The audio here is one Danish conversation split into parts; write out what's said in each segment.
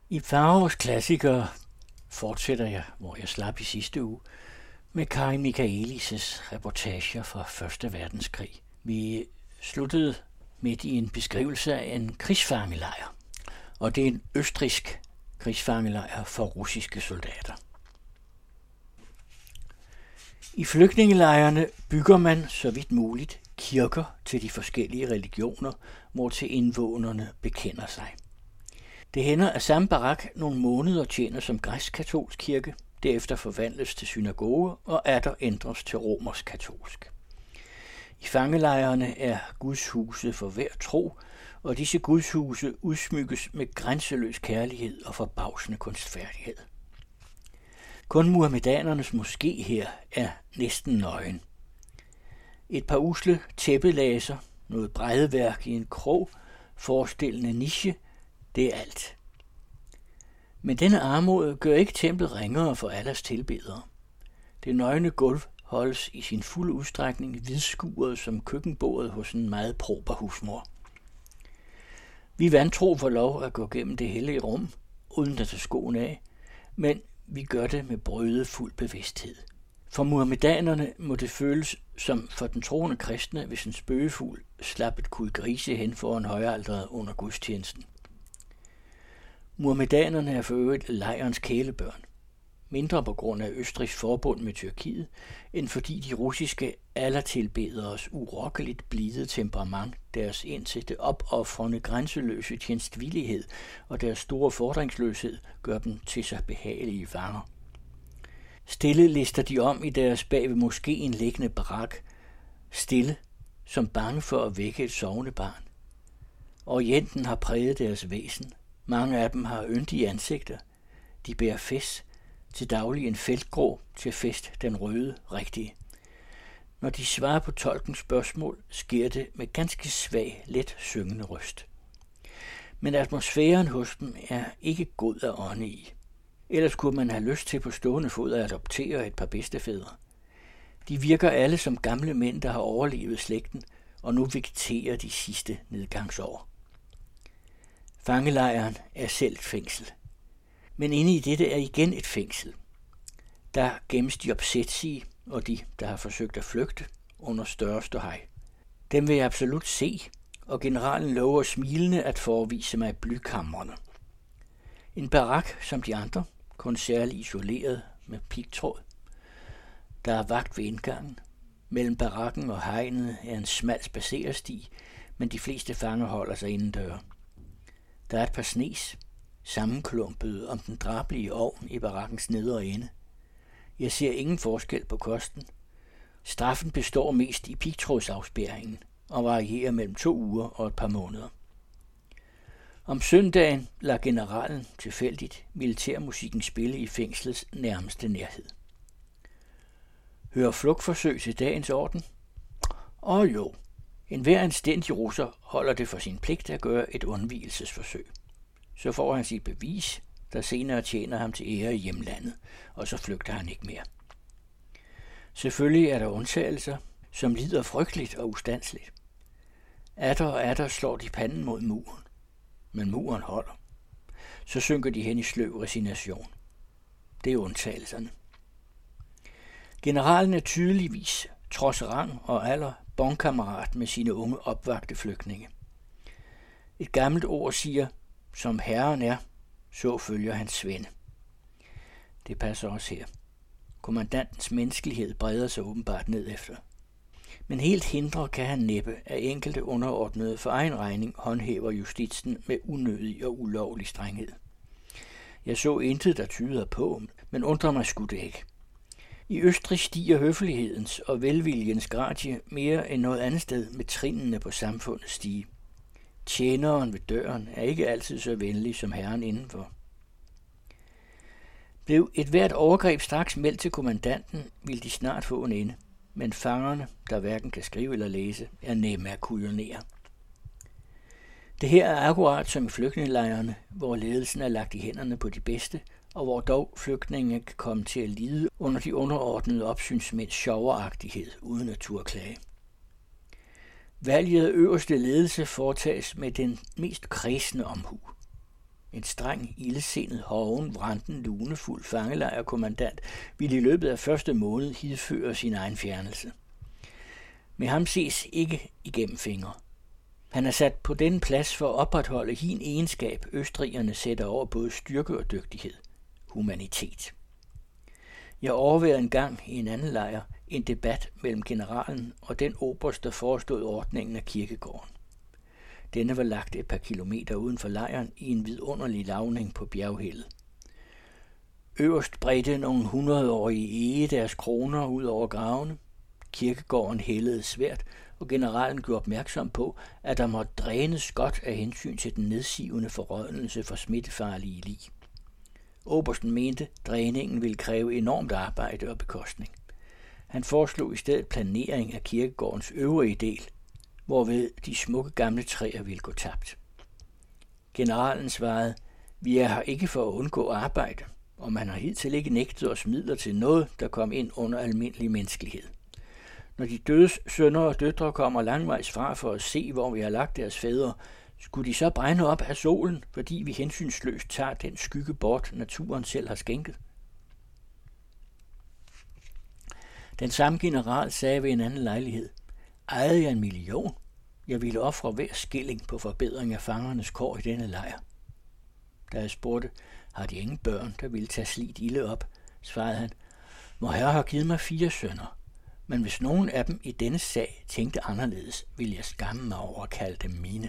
I Faros klassikere fortsætter jeg, hvor jeg slap i sidste uge, med Kari Michaelis' reportager fra Første Verdenskrig. Vi sluttede midt i en beskrivelse af en krigsfangelejr, og det er en østrigsk krigsfangelejr for russiske soldater. I flygtningelejrene bygger man, så vidt muligt, kirker til de forskellige religioner, hvor til indvånerne bekender sig. Det hænder, at samme barak nogle måneder tjener som græsk-katolsk kirke, derefter forvandles til synagoge og atter ændres til romersk-katolsk. I fangelejrene er Guds huse for hver tro, og disse Guds huse udsmykkes med grænseløs kærlighed og forbavsende kunstfærdighed. Kun muhammedanernes moské her er næsten nøgen. Et par usle tæppelaser, noget bræddeværk i en krog, forestillende niche, det er alt. Men denne armod gør ikke templet ringere for Allahs tilbedere. Det nøgne gulv holdes i sin fulde udstrækning vidskuret som køkkenbordet hos en meget prober husmor. Vi vantro får lov at gå gennem det hellige rum, uden at tage skoen af, men vi gør det med brødefuld bevidsthed. For muhammedanerne må det føles som for den troende kristne, hvis en spøgefugl slap et kud grise hen foran højalteret under gudstjenesten. Muhammedanerne er for øvrigt lejrens kælebørn. Mindre på grund af Østrigs forbund med Tyrkiet, end fordi de russiske allertilbederes urokkeligt blide temperament, deres indtil det opoffrende grænseløse tjenstvillighed og deres store fordringsløshed gør dem til sig behagelige fanger. Stille lister de om i deres bag ved moskeen liggende barak, stille som bange for at vække et sovende barn. Orienten har præget deres væsen. Mange af dem har yndige ansigter. De bærer fes, til daglig en feltgrå, til fest den røde, rigtige. Når de svarer på tolkens spørgsmål, sker det med ganske svag, let syngende røst. Men atmosfæren hos dem er ikke god at ånde i. Ellers kunne man have lyst til på stående fod at adoptere et par bedstefædre. De virker alle som gamle mænd, der har overlevet slægten, og nu vegeterer de sidste nedgangsår. Fangelejren er selv et fængsel. Men inde i dette er igen et fængsel. Der gemmes de opsætsige og de, der har forsøgt at flygte under større ståhej. Dem vil jeg absolut se, og generalen lover smilende at forevise mig blykamrene. En barak som de andre, kun særligt isoleret med pigtråd. Der er vagt ved indgangen. Mellem barakken og hegnet er en smal spadsersti, men de fleste fanger holder sig indendøre. Der er et par snes, sammenklumpede om den drabelige ovn i barakkens nedre ende. Jeg ser ingen forskel på kosten. Straffen består mest i pigtrådsafspærringen og varierer mellem 2 uger og et par måneder. Om søndagen lader generalen tilfældigt militærmusikken spille i fængslets nærmeste nærhed. Hører flugtforsøg til dagens orden? Jo, enhver anstændig russer holder det for sin pligt at gøre et undvigelsesforsøg. Så får han sit bevis, der senere tjener ham til ære i hjemlandet, og så flygter han ikke mere. Selvfølgelig er der undtagelser, som lider frygteligt og ustandsligt. Atter slår de panden mod muren, men muren holder. Så synker de hen i sløv resignation. Det er undtagelserne. Generalen er tydeligvis, trods rang og alder, bonkammerat med sine unge opvagte flygtninge. Et gammelt ord siger, som herren er, så følger hans svende. Det passer også her. Kommandantens menneskelighed breder sig åbenbart ned efter. Men helt hindre kan han næppe, at enkelte underordnede for egen regning håndhæver justitsen med unødig og ulovlig strenghed. Jeg så intet, der tyder på, men undrer mig sgu det ikke. I Østrig stiger høflighedens og velviljens gradie mere end noget andet sted med trinene på samfundets stige. Tjeneren ved døren er ikke altid så venlig som herren indenfor. Blev et hvert overgreb straks meldt til kommandanten, ville de snart få en ende. Men fangerne, der hverken kan skrive eller læse, er nemme at kujonere. Det her er akkurat som i flygtningelejrene, hvor ledelsen er lagt i hænderne på de bedste, og hvor dog flygtninge kan komme til at lide under de underordnede opsynsmænds sjovagtighed uden at turde klage. Valget af øverste ledelse foretages med den mest kredsende omhu. en streng, ildesindet, hoven, vranden, lunefuld fangelejrkommandant, ville i løbet af første måned hidføre sin egen fjernelse. Med ham ses ikke igennem fingre. Han er sat på den plads for at opretholde hin egenskab, østrigerne sætter over både styrke og dygtighed, humanitet. Jeg overværede en gang i en anden lejr en debat mellem generalen og den oberst, der forestod ordningen af kirkegården. Denne var lagt et par kilometer uden for lejren i en vidunderlig lavning på bjerghældet. Øverst bredte nogle 100-årige ege deres kroner ud over gravene. Kirkegården hældede svært, og generalen gjorde opmærksom på, at der måtte drænes godt af hensyn til den nedsivende forrådnelse for smittefarlige lig. Obersten mente, dræningen ville kræve enormt arbejde og bekostning. Han foreslog i stedet planering af kirkegårdens øvrige del, hvorved de smukke gamle træer ville gå tabt. Generalen svarede, vi er her ikke for at undgå arbejde, og man har hidtil ikke nægtet os midler til noget, der kom ind under almindelig menneskelighed. Når de dødes sønner og døtre kommer langvejs fra for at se, hvor vi har lagt deres fædre, skulle de så brænde op af solen, fordi vi hensynsløst tager den skygge bort, naturen selv har skænket? Den samme general sagde ved en anden lejlighed, ejede jeg 1 million, jeg ville ofre hver skilling på forbedring af fangernes kår i denne lejr. Da jeg spurgte, har de ingen børn, der ville tage slidt ilde op, svarede han, vor herre har givet mig 4 sønner, men hvis nogen af dem i denne sag tænkte anderledes, ville jeg skamme mig over at kalde dem mine.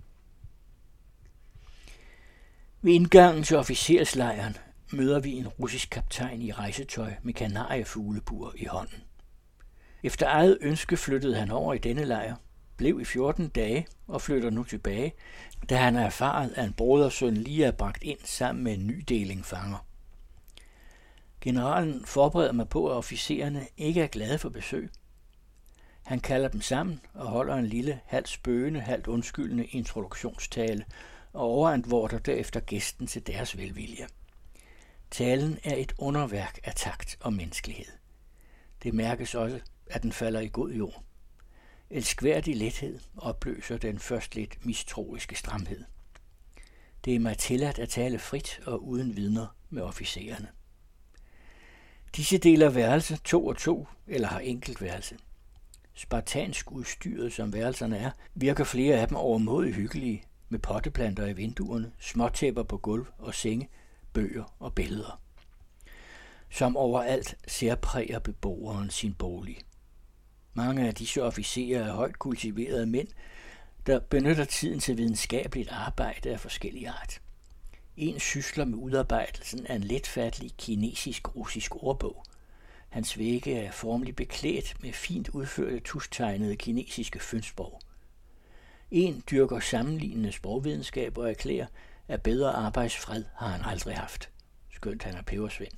Ved indgangen til officerslejren møder vi en russisk kaptajn i rejsetøj med kanariefuglebuer i hånden. Efter eget ønske flyttede han over i denne lejr, blev i 14 dage og flytter nu tilbage, da han er erfaret, at en brodersøn lige er bragt ind sammen med en ny deling fanger. Generalen forbereder mig på, at officererne ikke er glade for besøg. Han kalder dem sammen og holder en lille, halvt spøgende, halvt undskyldende introduktionstale og overantvorter derefter gæsten til deres velvilje. Talen er et underværk af takt og menneskelighed. Det mærkes også, at den falder i god jord. Elskværdig lethed opløser den først lidt mistroiske stramhed. Det er mig tilladt at tale frit og uden vidner med officererne. Disse deler værelse 2 og 2 eller har enkelt værelse. Spartansk udstyret som værelserne er, virker flere af dem overmåde hyggelige, med potteplanter i vinduerne, småtæpper på gulv og senge, bøger og billeder. Som overalt særpræger beboeren sin bolig. Mange af disse officerer er højt kultiverede mænd, der benytter tiden til videnskabeligt arbejde af forskellige art. En sysler med udarbejdelsen af en letfattelig kinesisk-russisk ordbog. Hans vægge er formelig beklædt med fint udførte tuschtegnede kinesiske fønsprog. En dyrker sammenlignende sprogvidenskab og erklærer, at bedre arbejdsfred har han aldrig haft, skønt han er pebersvend.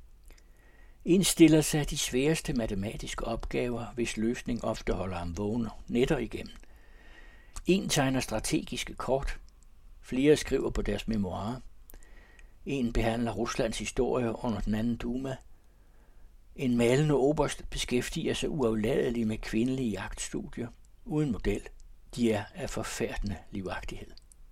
En stiller sig de sværeste matematiske opgaver, hvis løsning ofte holder ham vågen nætter igennem. En tegner strategiske kort. Flere skriver på deres memoirer. En behandler Ruslands historie under den anden Duma. En malende oberst beskæftiger sig uafladeligt med kvindelige jagtstudier. Uden model. De er af forfærdende livagtighed.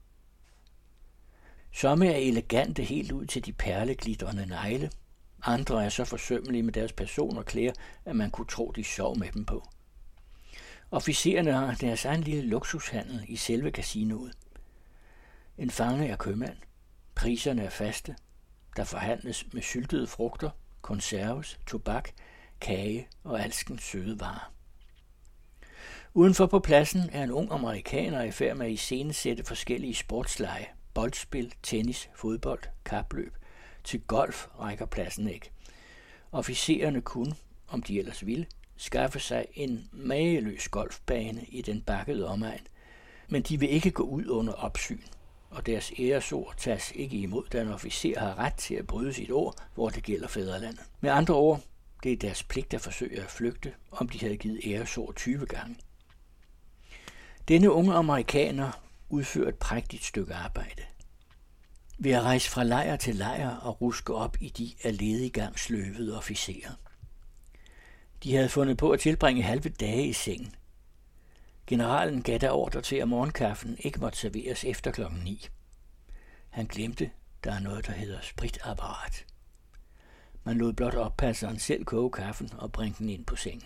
Somme er elegante helt ud til de perleglitrende negle. Andre er så forsømmelige med deres person og klæder, at man kunne tro, de sov med dem på. Officererne har deres egen lille luksushandel i selve casinoet. En fange er købmand. Priserne er faste. Der forhandles med syltede frugter, konserves, tobak, kage og alskens søde varer. Udenfor på pladsen er en ung amerikaner i færd med at iscenesætte forskellige sportslege, boldspil, tennis, fodbold, kapløb. Til golf rækker pladsen ikke. Officererne kunne, om de ellers ville, skaffe sig en mageløs golfbane i den bakkede omegn, men de vil ikke gå ud under opsyn, og deres æresord tages ikke imod, da en officer har ret til at bryde sit ord, hvor det gælder fædrelandet. Med andre ord, det er deres pligt at forsøge at flygte, om de havde givet æresord 20 gange. Denne unge amerikaner udfører et prægtigt stykke arbejde. Ved at rejse fra lejr til lejr og ruske op i de af ledigang sløvede officerer. De havde fundet på at tilbringe halve dage i sengen. Generalen gav da ordre til, at morgenkaffen ikke måtte serveres efter 9:00. Han glemte, der er noget, der hedder spritapparat. Man lod blot oppasseren selv koge kaffen og bringe den ind på sengen.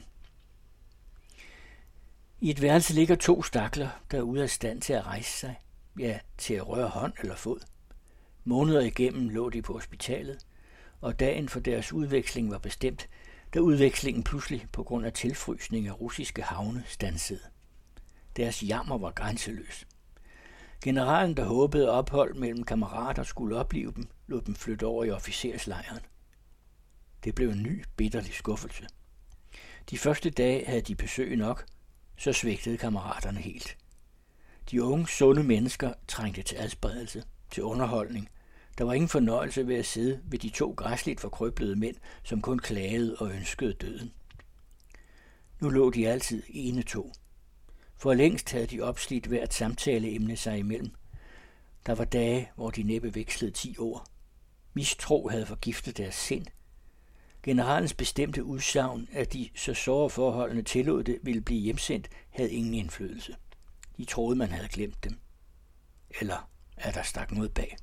I et værelse ligger 2 stakler, der er ude af stand til at rejse sig, ja, til at røre hånd eller fod. Måneder igennem lå de på hospitalet, og dagen for deres udveksling var bestemt, da udvekslingen pludselig på grund af tilfrysning af russiske havne standsede. Deres jammer var grænseløs. Generalen, der håbede ophold mellem kammerater skulle opleve dem, lod dem flytte over i officerslejren. Det blev en ny, bitterlig skuffelse. De første dage havde de besøg nok, så svigtede kammeraterne helt. De unge, sunde mennesker trængte til adspredelse, til underholdning. Der var ingen fornøjelse ved at sidde ved de 2 græsligt forkrøblede mænd, som kun klagede og ønskede døden. Nu lå de altid ene 2. For længst havde de opslidt hvert samtaleemne sig imellem. Der var dage, hvor de næppe vekslede 10 ord. Mistro havde forgiftet deres sind. Generalens bestemte udsagn, at de så såre forholdene tillod det ville blive hjemsendt, havde ingen indflydelse. De troede, man havde glemt dem. Eller er der stak noget bag?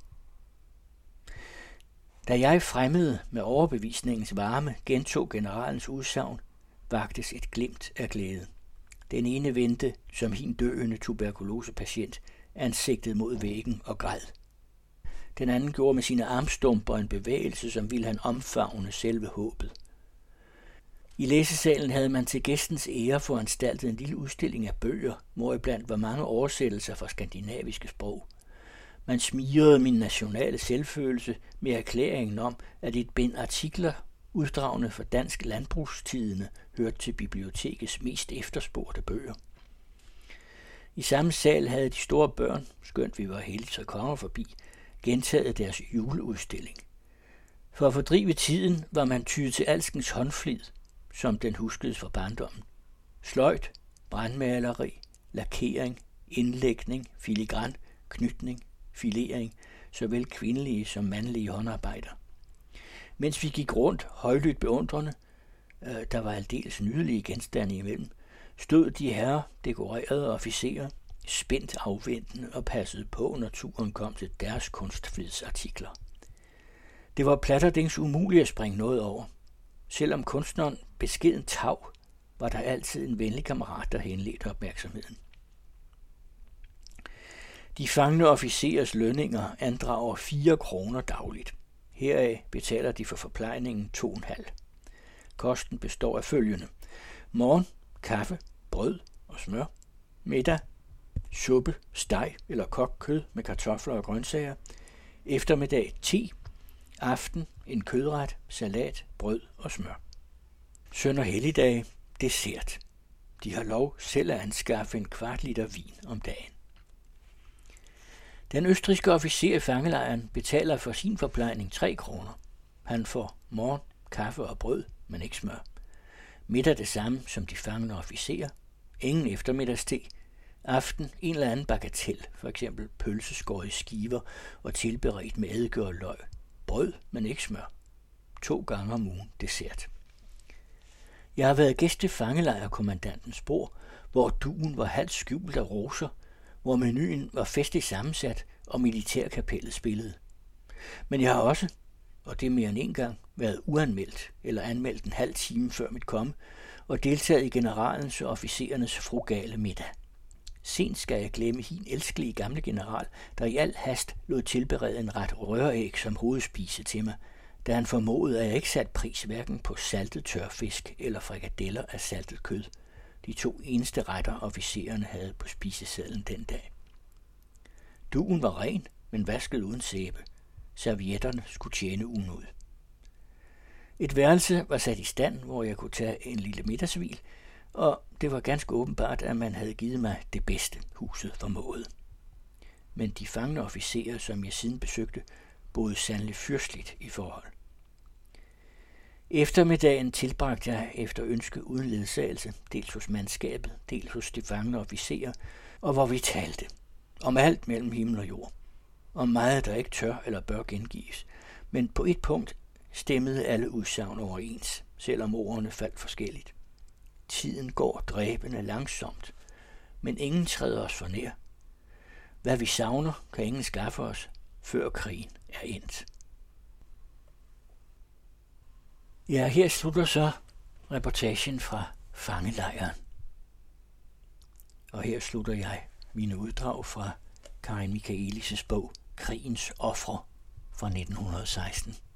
Da jeg fremmede med overbevisningens varme gentog generalens udsagn, vagtes et glimt af glæde. Den ene vendte, som hin døende tuberkulosepatient, ansigtet mod væggen og græd. Den anden gjorde med sine armstumper en bevægelse, som ville han omfavne selve håbet. I læsesalen havde man til gæstens ære foranstaltet en lille udstilling af bøger, hvoriblandt var mange oversættelser fra skandinaviske sprog. Man smirede min nationale selvfølelse med erklæringen om, at et bind artikler, uddragende fra Dansk Landbrugstidende, hørte til bibliotekets mest efterspurgte bøger. I samme sal havde de store børn, skønt vi var hele 3 konger forbi, gentaget deres juleudstilling. For at fordrive tiden var man tyet til alskens håndflid, som den huskedes fra barndommen. Sløjt, brandmaleri, lakering, indlægning, filigran, knytning, filering, såvel kvindelige som mandlige håndarbejder. Mens vi gik rundt, højlydt beundrende, der var aldeles nydelige genstande imellem, stod de herrer, dekorerede officerer, spændt afventende og passede på, når turen kom til deres kunstflidsartikler. Det var platterdings umuligt at springe noget over. Selvom kunstneren beskeden tav, var der altid en venlig kammerat, der henledte opmærksomheden. De fangne officerers lønninger andrager 4 kroner dagligt. Heraf betaler de for forplejningen 2,5. Kosten består af følgende: morgen, kaffe, brød og smør, middag, suppe, steg eller kogt kød med kartofler og grøntsager, eftermiddag te, aften en kødret, salat, brød og smør. Søn- og helligdage, dessert. De har lov selv at anskaffe en 1/4 liter vin om dagen. Den østrigske officer i fangelejren betaler for sin forplejning 3 kroner. Han får morgen, kaffe og brød, men ikke smør. Middag det samme som de fangne officerer. Ingen eftermiddagste. Aften en eller anden bagatel, for eksempel pølseskåret i skiver og tilberedt med eddike og løg. Brød, men ikke smør. 2 gange om ugen dessert. Jeg har været gæst til fangelejrkommandantens bord, hvor duen var halvt skjult af roser, hvor menuen var festligt sammensat og militærkapellet spillede. Men jeg har også, og det mere end en gang, været uanmeldt eller anmeldt en halv time før mit komme, og deltaget i generalens og officerernes frugale middag. Sent skal jeg glemme hin elskelige gamle general, der i al hast lod tilberede en ret røræg som hovedspise til mig, da han formodede, at jeg ikke satte pris hverken på saltet tørfisk eller frikadeller af saltet kød, de 2 eneste retter officererne havde på spisesedlen den dag. Duen var ren, men vasket uden sæbe. Servietterne skulle tjene ugen ud. Et værelse var sat i stand, hvor jeg kunne tage en lille middagshvil, og det var ganske åbenbart, at man havde givet mig det bedste, huset formåede. Men de fangne officerer, som jeg siden besøgte, boede sandelig fyrstligt i forhold. Eftermiddagen tilbragte jeg efter ønske uden ledsagelse, dels hos mandskabet, dels hos de fangne officerer, og hvor vi talte om alt mellem himmel og jord. Om meget, der ikke tør eller bør gengives, men på et punkt stemmede alle udsagn overens, selvom ordene faldt forskelligt. Tiden går dræbende langsomt, men ingen træder os for nær. Hvad vi savner, kan ingen skaffe os. før krigen er endt. Ja, her slutter så reportagen fra fangelejren. Og her slutter jeg mine uddrag fra Karin Michaelis' bog Krigens ofre fra 1916.